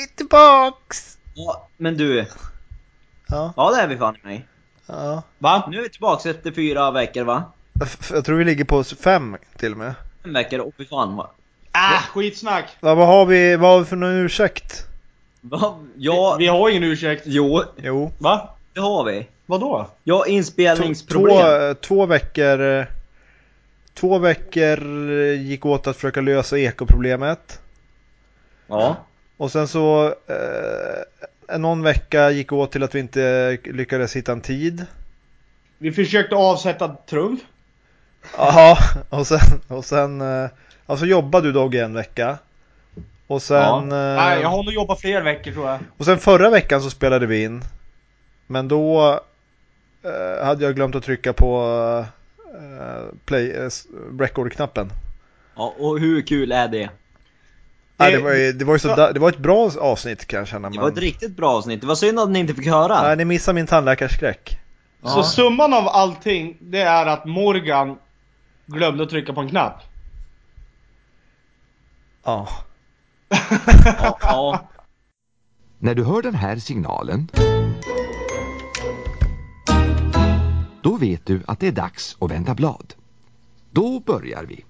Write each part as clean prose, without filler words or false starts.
vi tillbaks! Ja, men du. Ja. Ja, det är vi fan i mig. Ja. Va? Nu är vi tillbaks efter 4 veckor, va? Jag tror vi ligger på 5 till och med. 5 veckor, och fy fan, va? Skitsnack. Vad har vi för någon ursäkt? Va? Ja, Vi har ingen ursäkt. Jo. Va? det har vi. Vadå? Ja, inspelningsproblem. 2 veckor. 2 veckor gick åt att försöka lösa ekoproblemet. Ja. Och sen så någon vecka gick åt till att vi inte lyckades hitta en tid. Vi försökte avsätta Trumf. Jaha, och sen alltså jobbade du Dogge en vecka. Och sen Nej, jag har nog jobbat fler veckor tror jag. och sen förra veckan så spelade vi in. Men då hade jag glömt att trycka på play record-knappen. Ja, och hur kul är det? Det var ett bra avsnitt kan jag känna. Det var ett riktigt bra avsnitt. Det var synd att ni inte fick höra. Nej, ni missade min tandläkarskräck. Ja. Så summan av allting, det är att Morgan glömde att trycka på en knapp. Ja. Ja. När du hör den här signalen, då vet du att det är dags att vända blad. Då börjar vi.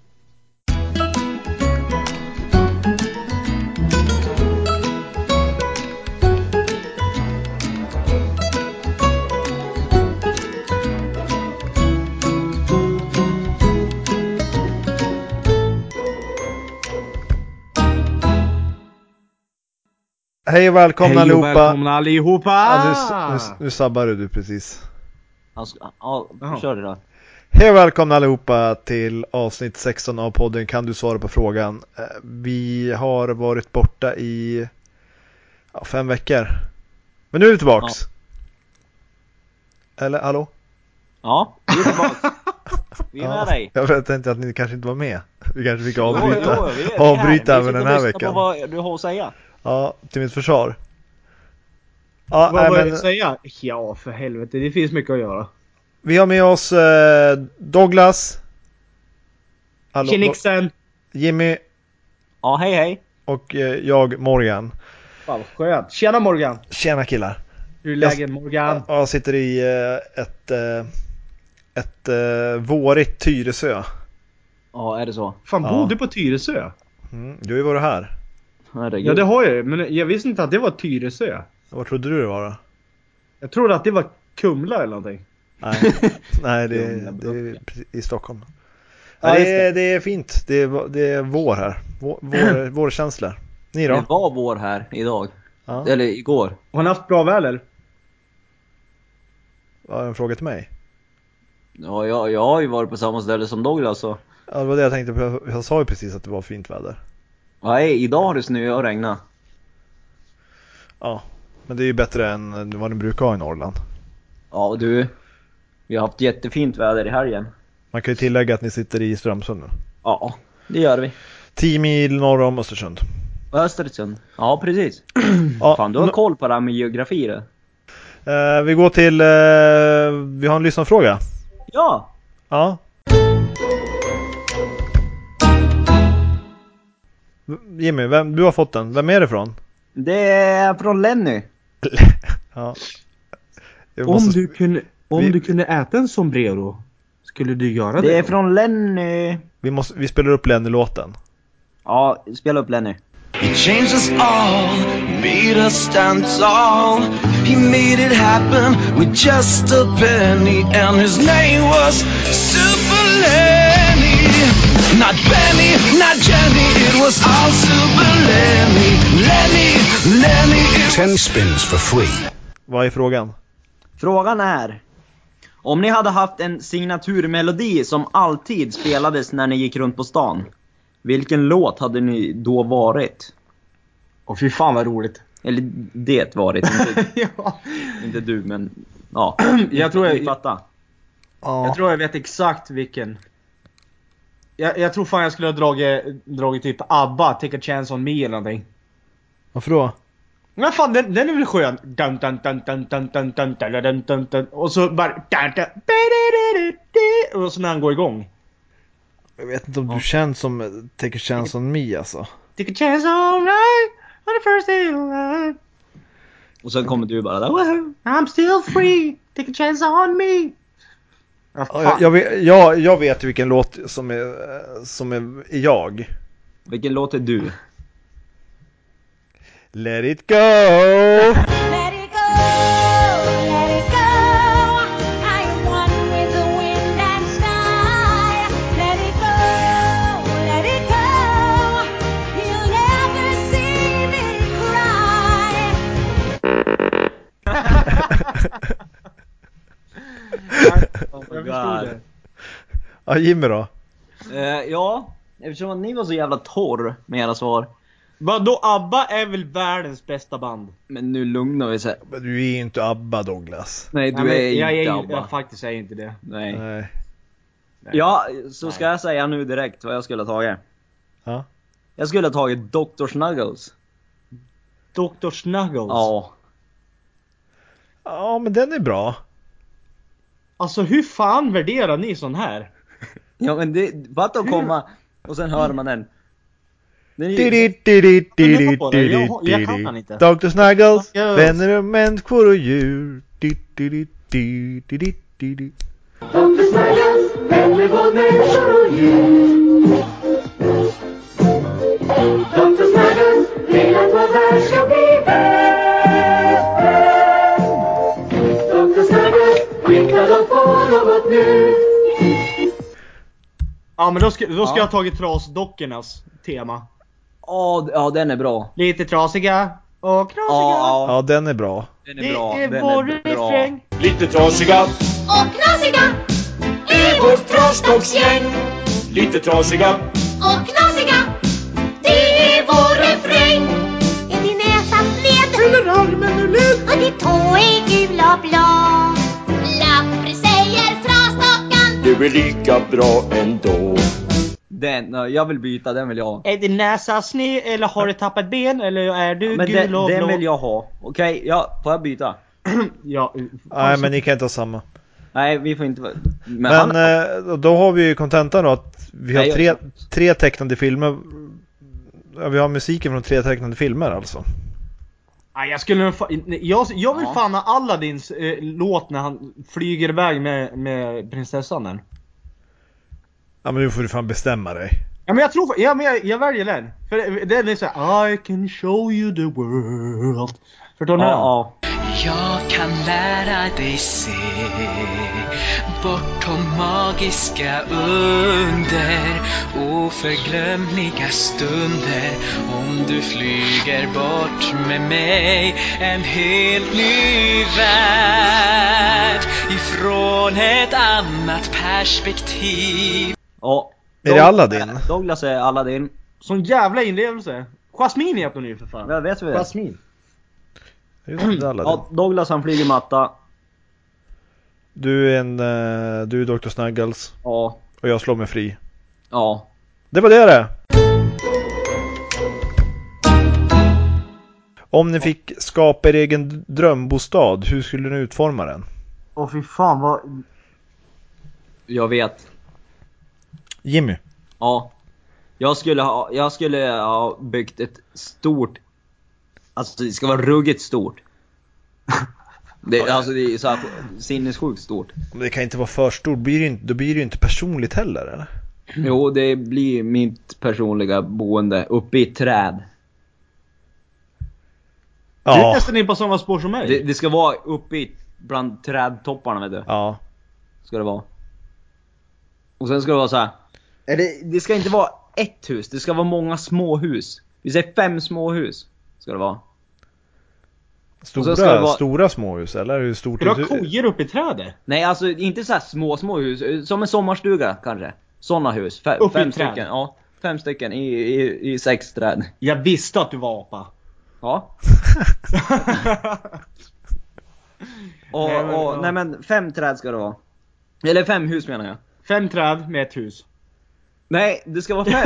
Hej och välkomna allihopa. Välkomna allihopa. Ja, nu sabbar du precis. Ja, kör det då. Hej och välkomna allihopa till avsnitt 16 av podden Kan du svara på frågan. Vi har varit borta i 5 veckor. Men nu är vi tillbaks. Eller, hallå? Ja, vi är tillbaka. Vi är med dig. Jag vet inte att ni kanske inte var med. Vi kanske fick avbryta, vi är avbryta här. även den här Vi veckan. på vad du har att säga. Ja, till mitt försvar. Ja, Vad vill jag säga? Ja, för helvete. Det finns mycket att göra. vi har med oss Douglas. Hallå, Kinixen. Jimmy Ja, hej. och jag, Morgan. Fan vad skönt. Tjena Morgan. Tjena killar. Hur är läget Morgan? Jag sitter i ett vårigt Tyresö. Ja, är det så? Fan, Ja. bor du på Tyresö? Du har ju varit här. Herregud. Ja, det har jag. Men jag visste inte att det var Tyresö. Vad trodde du det var då? Jag trodde att det var Kumla eller någonting. Nej, det är i Stockholm. Ja, Ja, just det. det är fint. Det är vår här. Vårkänslor. Ni då? Det var vår här idag. Ja. Eller igår. Har ni haft bra väder? Var en fråga till mig? Ja, jag har ju varit på samma ställe som Douglas så. Ja, det var det jag tänkte på. Jag sa ju precis att det var fint väder. Nej, idag har det snö och regna. Ja, men det är ju bättre än vad ni brukar ha i Norrland. Ja, du. Vi har haft jättefint väder i helgen. Man kan ju tillägga att ni sitter i Strömsund nu. Ja, det gör vi. 10 mil norr om Östersund. Östersund. Ja, precis. Ja, Fan, du har koll på det här med geografi då. vi går till... vi har en lyssnarfråga. Ja. Ja. Jimmy, du har fått den. Vem är det från? Det är från Lenny. Ja. Om du kunde äta en sombrero, skulle du göra det? Det är från Lenny. Vi spelar upp Lenny-låten. Ja, spela upp Lenny. He changed us all, made us stand tall. He made it happen with just a penny, and his name was Super Lenny. Not Benny, not Jenny, it was all Super Lenny. Lenny, it 10 spins for free. Vad är frågan? Frågan är: om ni hade haft en signaturmelodi som alltid spelades när ni gick runt på stan, vilken låt hade ni då varit? Åh fy fan vad roligt. Eller det varit, inte, Ja. inte du, men ja. Jag tror Ni fattar. Ja. Jag tror jag vet exakt vilken. Jag tror fan jag skulle ha dragit typ ABBA, Take a Chance on Me eller någonting. Varför då? Men fan, den är väl skön. Dun, dun, dun, dun, dun, dun, dun, dun, dun, dun, dun. Och så bara och så när han går igång. Jag vet inte om du känns som Take a Chance on Me alltså. Take a chance on me. On the first day of life. Och sen kommer du bara där. Wow. I'm still free. Take a chance on me. Ja, jag vet vilken låt som är jag. Vilken låt är du? Let it go. Let it go, let it go. I am one with the wind and sky. Let it go, let it go. You'll never see me cry. Jag förstod det. Ja, Jimmy då? Ja, eftersom att ni var så jävla torr med era svar. Vadå, ABBA är väl världens bästa band? Men nu lugnar vi sig. Men du är ju inte ABBA, Douglas. Nej, du är inte ABBA. Jag faktiskt är inte det. Nej. Nej. Ja, så ska jag säga nu direkt vad jag skulle ha tagit. Ja. Jag skulle ha tagit Dr. Snuggles. Dr. Snuggles? Ja. Ja, men den är bra. Alltså hur fan värderar ni sån här? Ja, men det var att komma och sen hör man den. Den är ju... Jag kan den inte. Dr. Snuggles, Ja. vänner och människor och djur. Dr. Snuggles, vänner både människor och djur. Dr. Snuggles vill att vår värld ska bli bättre. Dr. Snuggles skicka dem på något nytt. Ja, men då ska jag ha tagit trasdockornas tema. Ja, den är bra. Lite trasiga och knasiga. Ja, den är bra. Den är bra. Det är Den vår är bra. refräng. Lite trasiga Och knasiga i vårt trasdocksgäng. Lite trasiga. och knasiga. Det är vår refräng. Är din näsa sned? Eller armen ur led. Och din tå är gul och blå. Lappri säger trasdockan. Du är lika bra ändå. Jag vill byta, den vill jag ha. Är din näsa sned eller har du tappat ben eller är du Men gul och blå? den vill jag ha. Okej, ja, får jag byta? Ja, Nej, men ni kan inte ha samma. Nej, vi får inte... Men då har vi ju kontentan då att vi har Nej, tre tecknade filmer. Ja, vi har musiken från 3 tecknade filmer alltså. Nej, jag vill fan ha Aladdins låt när han flyger iväg med prinsessan där. Ja, men nu får du fan bestämma dig. Ja, men jag tror jag väljer den. För den är så här, I can show you the world. Förstår ni? Ja. Jag kan lära dig se bortom magiska under, oförglömliga stunder. Om du flyger bort med mig, en helt ny värld ifrån ett annat perspektiv. Ja. Är det Aladdin? Douglas är Aladdin. Sån jävla inlevelse. Jasmin heter hon ju för fan. Jag vet vi det. Jasmin. Just det, Aladdin. Ja, Douglas han flyger matta. Du är Dr. Snuggles. Ja. Och jag slår mig fri. Ja. Det var det. Om ni fick skapa er egen drömbostad, hur skulle ni utforma den? Åh fy fan vad... Jag vet. Jimmy? Ja. Jag skulle ha byggt ett stort... Alltså det ska vara ruggigt stort. Det är så här sinnessjukt stort. Men det kan inte vara för stort, då blir det ju inte personligt heller, eller? Jo, det blir mitt personliga boende uppe i ett träd. Du är Ja. nästan in på samma spår som mig. Det ska vara uppe i bland trädtopparna, vet du. Ja. Ska det vara. Och sen ska det vara så här. Det ska inte vara ett hus, det ska vara många små hus. Vi säger 5 små hus. Ska det vara. Stora småhus, eller hur stort Ska du ha kojer upp i trädet? Nej, alltså inte så här små hus. Som en sommarstuga kanske. Såna hus. Upp i 5 ett träd. stycken. Ja, 5 stycken i 6 träd. Jag visste att du var apa. Ja. Ja. Nej men 5 träd ska det vara. Eller 5 hus menar jag. 5 träd med ett hus. Nej, det ska vara 5.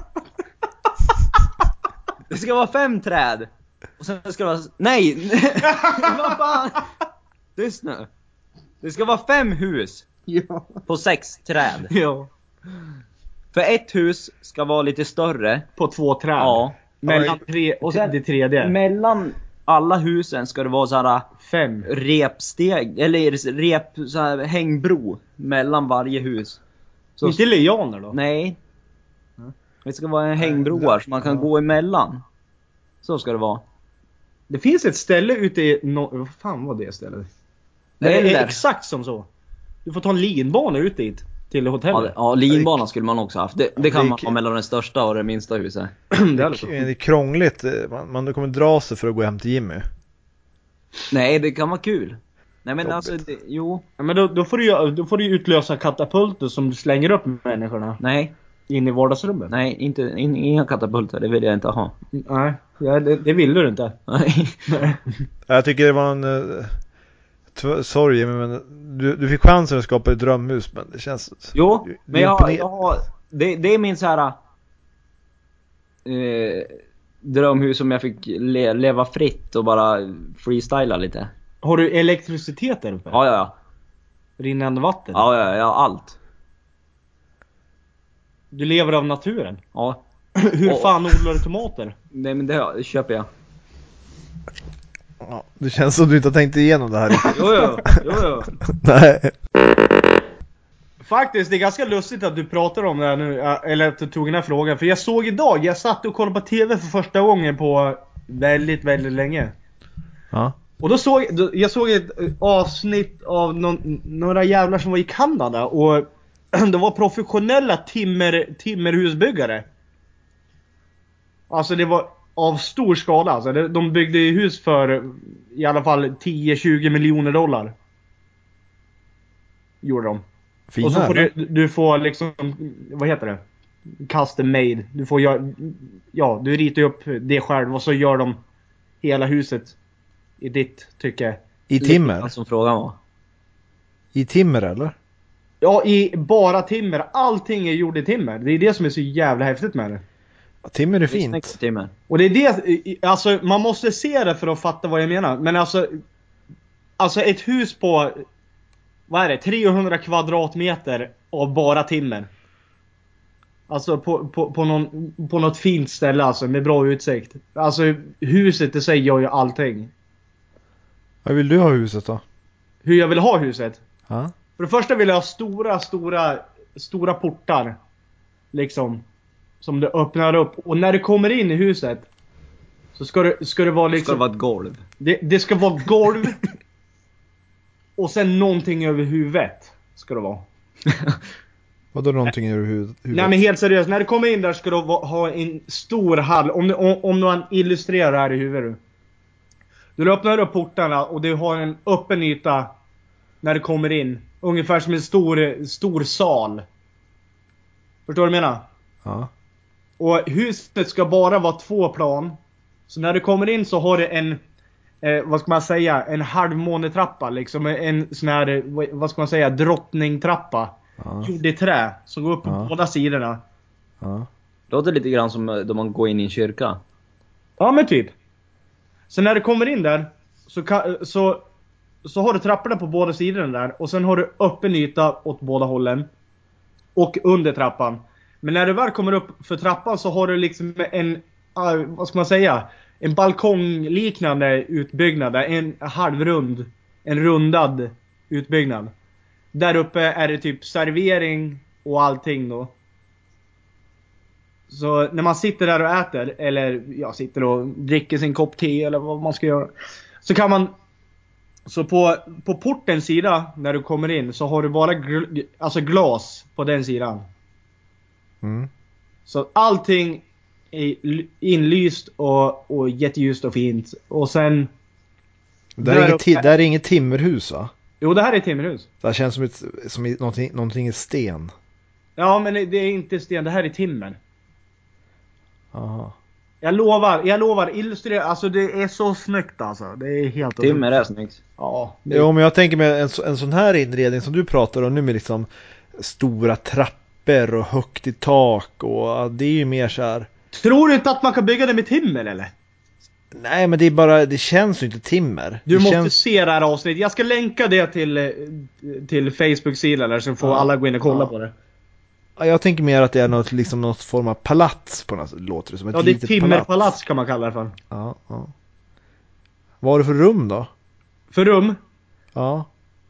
Det ska vara 5 träd. Och sen ska det vara... Nej! Vad fan? Tyst nu. Det ska vara 5 hus. Ja. På 6 träd. Ja. För ett hus ska vara lite större. På 2 träd. Ja. Mellan tre och sen det tredje. Mellan alla husen ska det vara så här 5. repsteg eller så här hängbro mellan varje hus. Så Inte lianer då? nej. Det ska vara en hängbroar som man kan gå emellan. Så ska det vara. Det finns ett ställe ute i vad fan var det stället? Det är Eller- exakt som så. Du får ta en linbana ut dit till hotellet. Ja, linbanan skulle man också haft. Det kan Det- man ha mellan det största och det minsta huset. Det är Det är krångligt. Man kommer dra sig för att gå hem till Jimmy. Nej, det kan vara kul. Nej men alltså, jo. Ja, men då får du ju utlösa katapulter som du slänger upp människorna Nej, in i vardagsrummet. nej, inga katapulter, det vill jag inte ha. Nej, det vill du inte. Nej. Jag tycker det var en sorry Jimmy, men du fick chansen att skapa ett drömhus, men det känns... Jo, du men jag har det är min så här drömhus som jag fick leva fritt och bara freestyla lite. Har du elektricitet där uppe? Ja. Rinnande vatten? Ja, allt. Du lever av naturen? Ja. Hur fan odlar du tomater? Nej men det köper jag. Ja, det känns som du inte har tänkt igenom det här riktigt. Jo. Nej. Faktiskt, det är ganska lustigt att du pratar om det här nu, eller att du tog den här frågan. För jag såg idag, jag satt och kollade på TV för första gången på väldigt, väldigt länge. Ja. Och då jag såg ett avsnitt av några jävlar som var i Kanada. Och det var professionella timmerhusbyggare. Alltså det var av stor skala. Alltså de byggde hus för i alla fall 10-20 miljoner dollar. Gjorde de. Fina, Och så får eller? du får liksom, vad heter det? Custom made. Du får du ritar upp det själv och så gör de hela huset i ditt tycke. I timmer? Som frågan var. I timmer eller? Ja, i bara timmer. Allting är gjort i timmer. Det är det som är så jävla häftigt med det. Ja, timmer är Det är fint. snyggt timmer. Och det är det, alltså man måste se det för att fatta vad jag menar. Men alltså ett hus på, vad är det, 300 kvadratmeter av bara timmer. Alltså på något fint ställe alltså, med bra utsikt. Alltså huset i sig gör ju allting. Vad vill du ha huset då? Hur jag vill ha huset? Ja. För det första vill jag ha stora portar. Liksom. Som du öppnar upp. Och när du kommer in i huset så ska det vara liksom... Ska det vara ett golv? Det ska vara golv. Och sen någonting över huvudet ska det vara. Vadå någonting över huvudet? Nej men helt seriöst, när du kommer in där ska du ha en stor hall. Om du illustrerar det här i huvudet. Du öppnar upp portarna och du har en öppen yta när du kommer in. Ungefär som en stor sal. Förstår du vad jag menar? Ja. Och huset ska bara vara 2 plan. Så när du kommer in så har du en vad ska man säga, en halvmånetrappa liksom, en sån här, vad ska man säga, drottningtrappa. Ja. Gjord i trä som går upp på båda sidorna. Ja. Det låter lite grann som då man går in i en kyrka. Ja men typ. Så när du kommer in där så har du trapporna på båda sidorna där. Och sen har du öppen yta åt båda hållen. Och under trappan. Men när du väl kommer upp för trappan så har du liksom en, vad ska man säga, en balkongliknande utbyggnad. En halvrund, en rundad utbyggnad. Där uppe är det typ servering och allting då. Så när man sitter där och äter, eller sitter och dricker sin kopp te eller vad man ska göra, så kan man, så på portens sida när du kommer in så har du bara glas på den sidan. Mm. Så allting är inlyst och jätteljust och fint. Och sen Det är inget timmerhus va? Jo, det här är ett timmerhus. Det här känns som någonting i sten. Ja, men det är inte sten, det här är timmer. Aha. Jag lovar, illustrera, alltså det är så snyggt alltså. Det är helt Timmer är snyggt. Ja. Jo, men jag tänker med en sån här inredning som du pratar om nu med liksom stora trappor och högt i tak och det är ju mer så här. Tror du inte att man kan bygga det med timmer eller? Nej, men det är bara, det känns ju inte timmer. Du det måste se det här avsnittet. Jag ska länka det till Facebook-sidan där så får alla gå in och kolla på det. Jag tänker mer att det är något, liksom något form av palats på något, låter det som ett Ja, det är litet timmerpalats kan man kalla det för. Ja. Vad har du för rum då? För rum? Ja.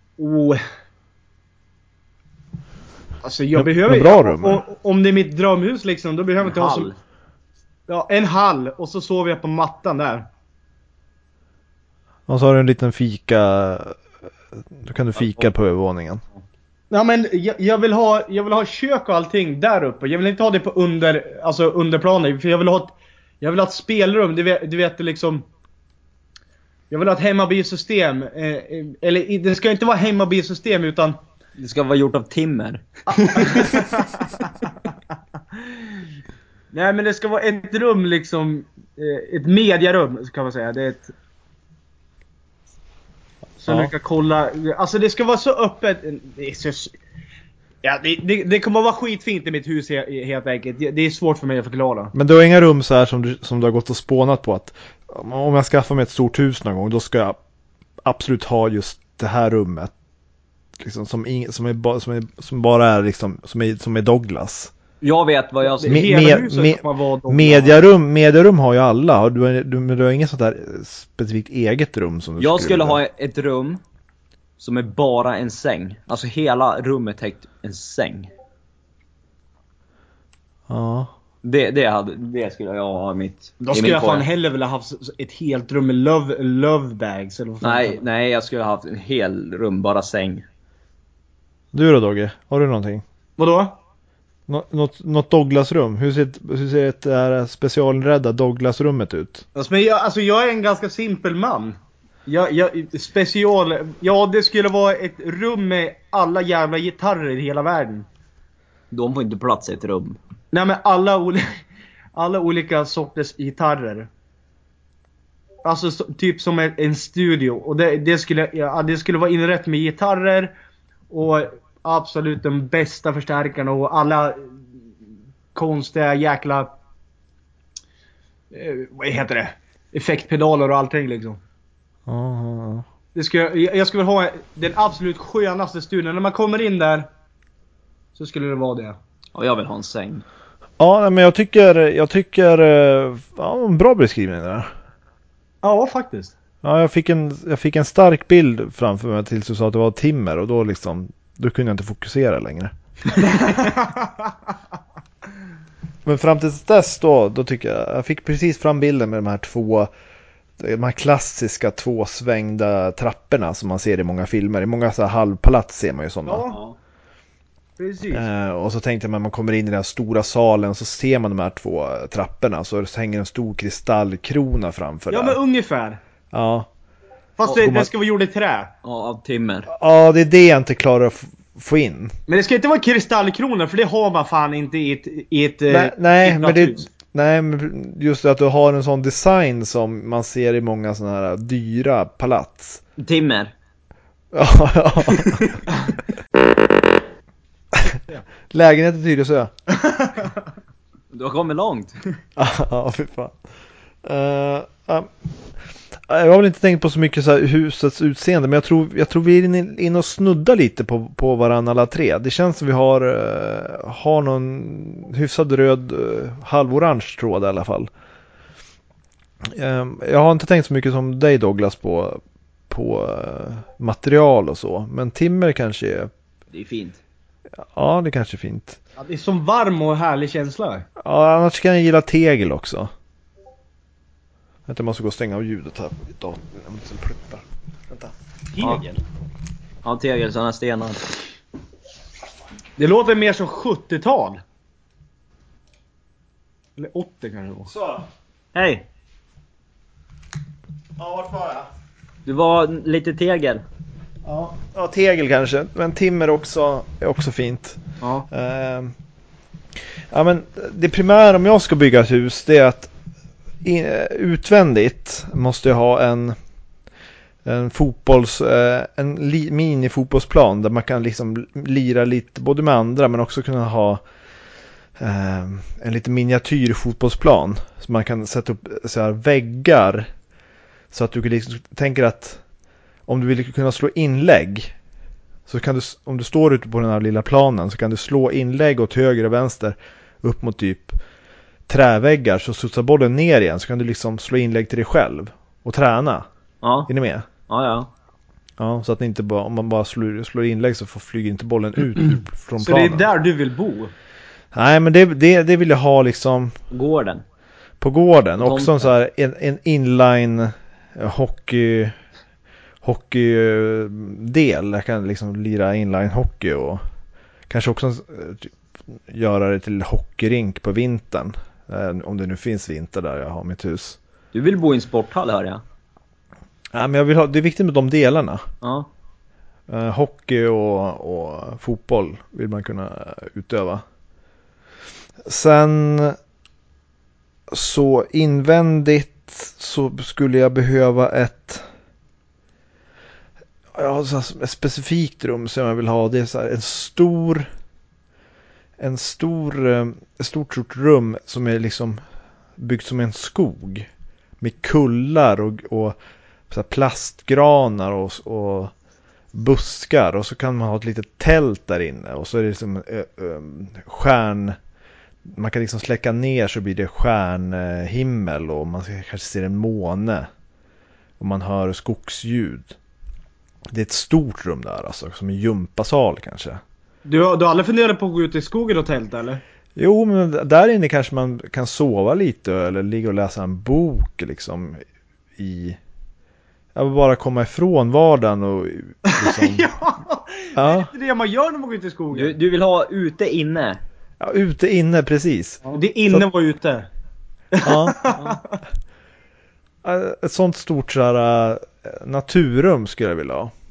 Alltså jag behöver men bra rum. Om det är mitt drömhus liksom, då behöver jag inte ha hall. en hall, och så sover jag på mattan där. Och så har du en liten fika. Då kan du fika på övervåningen. Ja, men jag vill ha kök och allting där uppe. Jag vill inte ha det på underplanen, för jag vill ha ett spelrum. Du vet liksom. Jag vill ha ett hemmabysystem, eller det ska inte vara hemmabysystem utan Det ska vara gjort av timmer. Nej, men det ska vara ett rum liksom, ett mediarum kan man säga. Det är ett så du kan kolla, alltså det ska vara så öppet. Det är så, ja, det kommer att vara skitfint i mitt hus helt enkelt. Det är svårt för mig att förklara. Men du har inga rum så här som du har gått och spånat på att om jag skaffar mig ett stort hus någon gång, då ska jag absolut ha just det här rummet liksom, som bara är liksom som är Douglas. Jag vet vad jag ska... Mediarum har ju alla. Du har inget sånt där specifikt eget rum som du Jag skulle ha ett rum som är bara en säng. Alltså hela rummet täckt en säng. Ja. Det skulle jag ha mitt. Då skulle jag fan hellre vilja ha ett helt rum med love bags eller vad fan. Nej, jag skulle ha haft en hel rum bara säng. Du då, Dogge? Har du någonting? Vadå? Något Douglas-rum? Hur ser ett där specialinredda Douglas-rummet ut? Alltså jag är en ganska simpel man. Det skulle vara ett rum med alla jävla gitarrer i hela världen. De får inte plats i ett rum. Nej, men alla olika sorters gitarrer. Alltså typ som en studio. Och det skulle vara inrätt med gitarrer och absolut de bästa förstärkarna och alla konstiga jäkla vad heter det? Effektpedaler och allting liksom. Jag skulle ha den absolut skönaste studion. När man kommer in där så skulle det vara det. Och jag vill ha en säng. Ja, men jag tycker en bra beskrivning där. Ja, faktiskt. Ja, jag fick en stark bild framför mig tills du sa att det var timmer, och då kunde jag inte fokusera längre. Men fram tills dess då tycker jag fick precis fram bilden med de här klassiska tvåsvängda trapporna som man ser i många filmer. I många så här halvpalats ser man ju sådana. Ja. Precis. Och så tänkte jag, när man kommer in i den här stora salen så ser man de här två trapporna, så hänger en stor kristallkrona framför. Ja, men ungefär. Ja. Fast det ska vara gjort i trä. Ja, av timmer. Ja, det är det jag inte klarar att få in. Men det ska inte vara kristallkronor, för det har man fan inte i ett Nej, men just att du har en sån design som man ser i många såna här dyra palats. Timmer. Ja. Lägenhet i Tyresö. Du har kommit långt. Ja, fy fan. Jag har väl inte tänkt på så mycket så här husets utseende, men jag tror vi är inne och snuddar lite på varandra alla tre. Det känns som vi har någon hyfsad röd halvorange tråd i alla fall. Jag har inte tänkt så mycket som dig, Douglas, på material och så, men timmer kanske är... Det är fint. Ja, det kanske är fint. Ja, det är som varm och härlig känsla. Ja, annars kan jag gilla tegel också. Jag måste gå och stänga av ljudet här på datorn. Vänta. Tegel? Ja, tegel, sådana stenar. Det låter mer som 70-tal. Eller 80 kanske då. Så. Hej. Ja, vart var jag? Du var lite tegel. Ja, tegel kanske. Men timmer är också fint. Ja. Ja, men det primära om jag ska bygga ett hus, det är att utvändigt måste jag ha en minifotbollsplan där man kan liksom lira lite både med andra, men också kunna ha en lite miniatyrfotbollsplan så man kan sätta upp så här väggar så att du liksom tänker att om du vill kunna slå inlägg Så kan du, om du står ute på den här lilla planen så kan du slå inlägg åt höger och vänster upp mot typ träväggar, så studsar bollen ner igen, så kan du liksom slå inlägg till dig själv och träna. Ja. Är ni med? Ja. Ja, så att ni inte bara, om man bara slår inlägg så flyger inte bollen ut från Så planen. det är där du vill bo? Nej, men det vill jag ha liksom Gården. på gården. På Också en så här en inline hockeydel. Jag kan liksom lira inline hockey och kanske också göra det till hockeyrink på vintern. Om det nu finns vinter där jag har mitt hus. Du vill bo i en sporthall, hör jag. Ja, men jag vill ha, det är viktigt med de delarna. Ja. Hockey och fotboll vill man kunna utöva. Sen så invändigt så skulle jag behöva ett specifikt rum som jag vill ha. Det är så här ett stort rum som är liksom byggt som en skog med kullar och så här plastgranar och buskar, och så kan man ha ett litet tält där inne, och så är det liksom man kan liksom släcka ner så blir det stjärnhimmel, och man kanske ser en måne och man hör skogsljud. Det är ett stort rum där, alltså, som en gympasal kanske. Du har aldrig funderat på att gå ut i skogen och tälta, eller? Jo, men där inne kanske man kan sova lite eller ligga och läsa en bok liksom jag vill bara komma ifrån vardagen och liksom, ja, det är det man gör när man går ut i skogen. Du vill ha ute inne? Ja, ute inne, precis. Ja, det är inne var ute. Ja. Ett sånt stort så här, naturrum skulle jag vilja ha.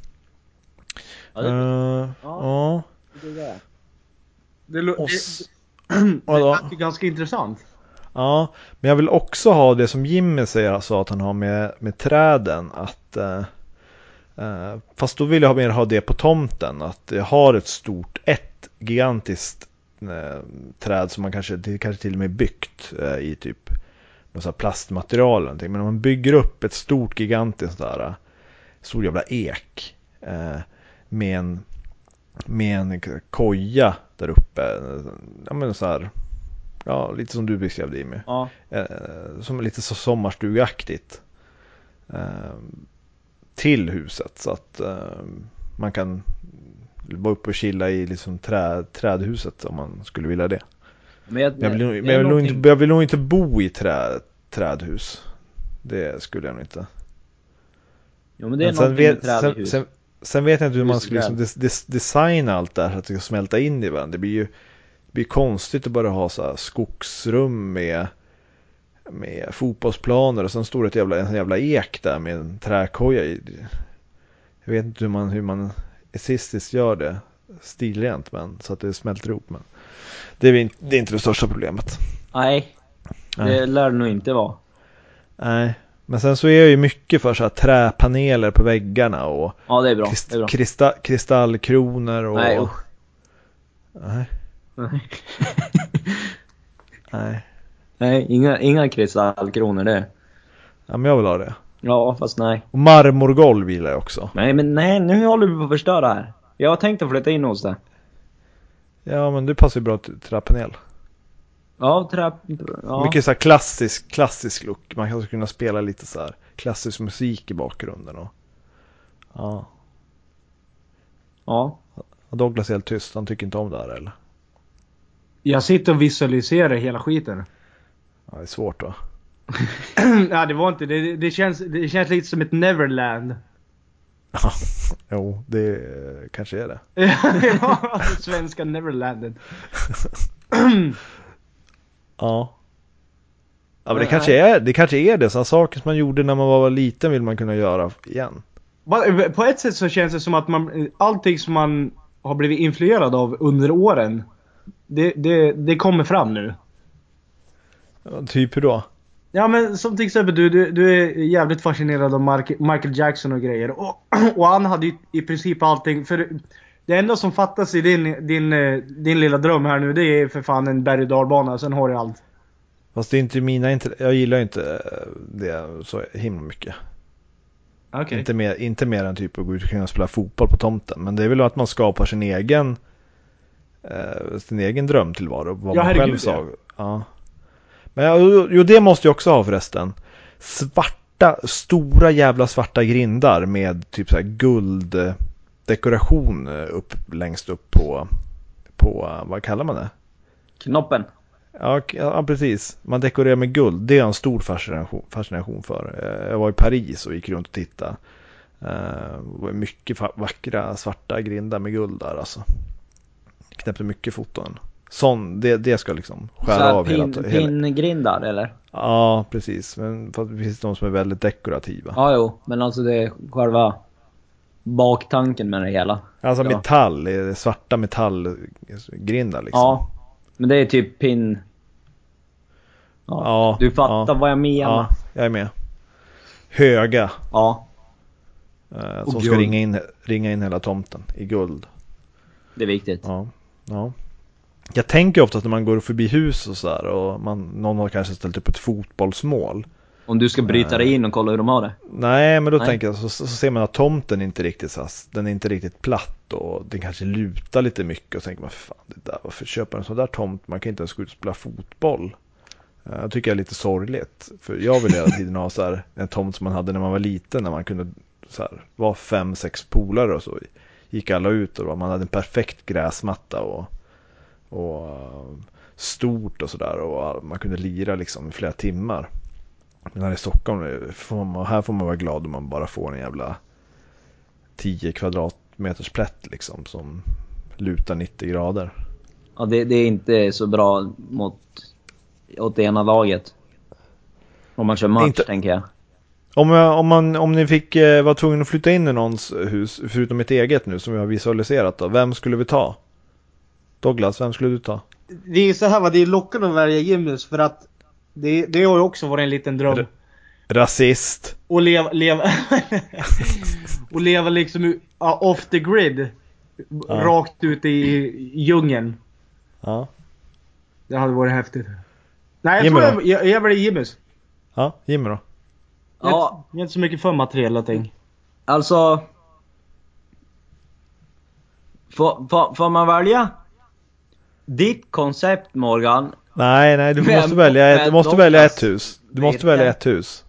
Ja. Det låter ganska intressant. Ja, men jag vill också ha det som Jimmy sa att han har med träden, att fast då vill jag ha det på tomten, att jag har ett gigantiskt träd som man kanske till och med byggt i typ något så här plastmaterial eller någonting, men om man bygger upp ett stort gigantiskt där stor jävla ek med en koja där uppe, ja men så här. Ja, lite som du beskrev det, Jimmy. Ja. Som lite så sommarstugaktigt till huset, så att man kan vara uppe och chilla i liksom trädhuset om man skulle vilja det. Men jag vill nog inte bo i trädhus. Det skulle jag nog inte. Jo, men det är någonting med trädhus. Sen vet jag inte hur man ska liksom designa allt där så att det ska smälta in i varandra. Det blir konstigt att bara ha så här skogsrum med fotbollsplaner och sen står det en jävla ek där med en träkoja i. Jag vet inte hur man esistiskt gör det stilrent, men så att det smälter ihop, men det är inte det största problemet. Nej. Det lär det nog inte vara. Nej. Men sen så är jag ju mycket för så här träpaneler på väggarna och ja, det är bra. Det är bra. Kristallkronor och Nej. Nej, inga kristallkronor det. Ja, men jag vill ha det. Ja, fast nej. Och marmorgolv vill jag också. Nej, nu håller vi på att förstöra här. Jag har tänkt att flytta in hos det. Ja, men det passar ju bra till träpanel. Ja, mycket så här klassisk look. Man kan kunna spela lite så här klassisk musik i bakgrunden och Ja. Douglas är helt tyst, han tycker inte om det här, eller? Jag sitter och visualiserar hela skiten. Ja, det är svårt då. Ja, det var inte det känns lite som ett Neverland. Jo, det kanske är det. Ja, svenska Neverlandet. Ja. Ja, men det kanske är det. Sådana saker som man gjorde när man var liten vill man kunna göra igen. På ett sätt så känns det som att allting som man har blivit influerad av under åren, det kommer fram nu. Ja, typ hur då? Ja, men som till exempel du är jävligt fascinerad av Michael Jackson och grejer. Och han hade ju i princip allting. För det enda som fattas i din lilla dröm här nu, det är för fan en berg- och dalbana. Sen har du allt. Fast det är inte jag gillar inte det så himla mycket. Okej. Inte mer än typ att gå ut och kunna spela fotboll på tomten. Men det är väl att man skapar sin egen drömtillvaro. Vad Ja, man själv herregud, sa. Ja. Men jo, det måste jag också ha förresten. Stora jävla svarta grindar med typ så här gulddekoration längst upp på vad kallar man det? Knoppen. Ja, precis. Man dekorerar med guld. Det är en stor fascination för. Jag var i Paris och gick runt och tittade. Det var mycket vackra svarta grindar med guld där alltså. Knäppte mycket foton. Det ska liksom skära av hela Pingrindar eller? Ja, precis. Men för att det finns de som är väldigt dekorativa. Ja, jo. Men alltså det är själva baktanken med det hela. Alltså Ja. metall, det är svarta metallgrindar liksom. Ja. Men det är typ pin. Ja. Du fattar vad jag menar. Ja, jag är med. Höga. Ja. Som ska ringa in hela tomten i guld. Det är viktigt. Ja. Jag tänker ofta att när man går förbi hus och så här och någon har kanske ställt upp ett fotbollsmål. Om du ska bryta dig in och kolla hur de har det. Nej, men då tänker jag så ser man att tomten inte riktigt den är inte riktigt platt och den kanske lutar lite mycket och så tänker man fan det där, varför köper en sån där tomt? Man kan inte ens gå ut och spela fotboll. Jag tycker det är lite sorgligt för jag vill hela tiden ha så här en tomt som man hade när man var liten när man kunde så här vara 5-6 polare och så gick alla ut och man hade en perfekt gräsmatta och stort och sådär och man kunde lira liksom i flera timmar. Men här i Stockholm här får man vara glad om man bara får en jävla 10 kvadratmeters plätt liksom som lutar 90 grader. Ja, det är inte så bra åt det ena laget. Om man kör match, tänker jag. Om ni fick vara tvungen att flytta in i någons hus förutom mitt eget nu som vi har visualiserat då, vem skulle vi ta? Douglas, vem skulle du ta? Det är så här va, det är lockande att välja Jimmys för att det har ju också varit en liten dröm. Rasist. Och leva och leva liksom off the grid. Rakt ute i djungeln. Ja. Det hade varit häftigt. Nej, jag väljer Jimmys. Ja, Jimmy då. Ja. Jag är inte så mycket för materiella ting. Alltså får man välja ditt koncept, Morgan? Nej, du måste välja ett hus. Du måste välja ett hus.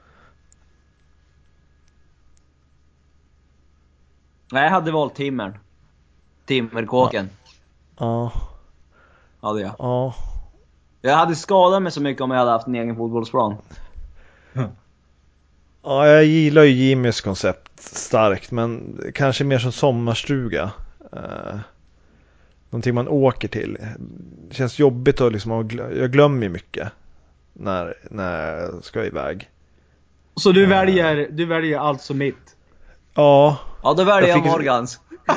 Nej, jag hade valt Timmerkåken. Ja. Hade jag. Ja. Jag hade skadat mig så mycket om jag hade haft en egen fotbollsplan. Ja, jag gillar ju Jimmys koncept starkt, men kanske mer som sommarstuga. Någonting man åker till. Det känns jobbigt och liksom, jag glömmer mycket när jag ska iväg. Så du väljer alltså mitt? Ja. Ja, då väljer jag Morgans.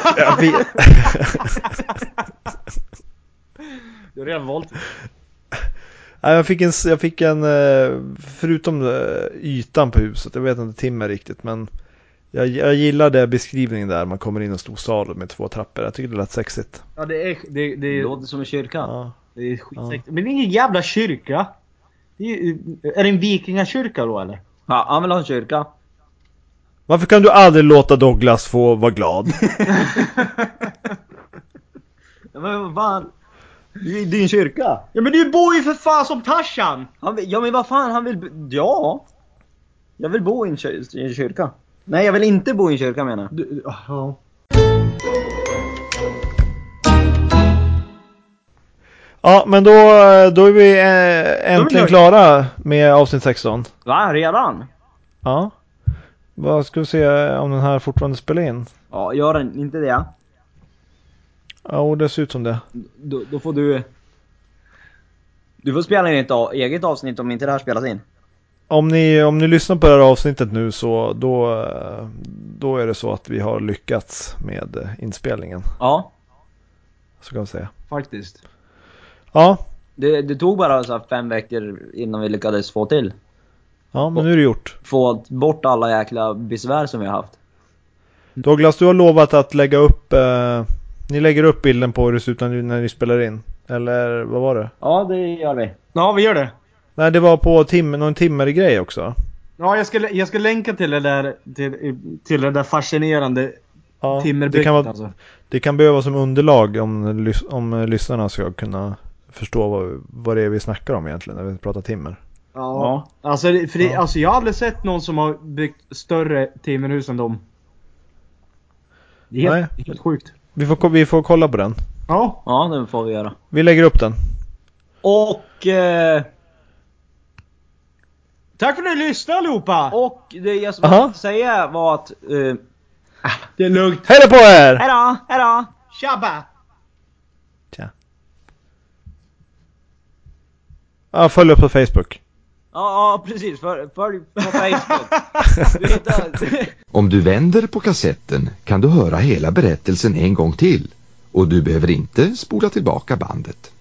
Du har redan valt. Jag fick en förutom ytan på huset, jag vet inte timmer riktigt, men jag gillade beskrivningen där man kommer in i en stor sal med 2 trappor. Jag tycker det lät sexigt. Ja, det låter som en kyrka. Ja. Det är skitsexigt. Men det är ingen jävla kyrka. Är det en vikingakyrka då eller? Ja, han vill ha en kyrka. Varför kan du aldrig låta Douglas få vara glad? Men vad fan? Det är din kyrka. Ja, men du bor ju för fan som Tarzan. Ja, men vad fan, han vill... Ja. Jag vill bo i en kyrka. Nej, jag vill inte bo i en kyrka, menar jag. Ja. Ja, men då är vi äntligen klara med avsnitt 16. Va, redan? Ja. Vad ska vi se om den här fortfarande spelar in? Ja, gör den inte det? Ja, och det ser ut som det. Då får du... Du får spela in ett eget avsnitt om inte det här spelas in. Om ni lyssnar på det här avsnittet nu så då är det så att vi har lyckats med inspelningen. Ja. Så kan man säga. Faktiskt. Ja. Det tog bara så här 5 veckor innan vi lyckades få till. Ja, men nu är det gjort. Få bort alla jäkla besvär som vi har haft. Douglas, du har lovat att lägga upp... ni lägger upp bilden på hur det ser ut när ni spelar in. Eller vad var det? Ja, det gör vi. Ja, vi gör det. Nej, det var på någon timmergrej också. Ja, jag ska länka till det där till det där fascinerande timmerbygget alltså. Det kan behöva som underlag om lyssnarna ska kunna förstå vad det är vi snackar om egentligen när vi pratar timmer. Ja. Alltså, alltså jag har aldrig sett någon som har byggt större timmerhus än dem. Det är helt sjukt. Vi får kolla på den. Ja, det får vi göra. Vi lägger upp den. Och tack för att ni lyssnade allihopa. Och det jag skulle säga var att det är lugnt. Hej då på er. Hej då. Tjabba. Tja. Ja, följ upp på Facebook. Ja, precis. Följ på Facebook. Om du vänder på kassetten kan du höra hela berättelsen en gång till och du behöver inte spola tillbaka bandet.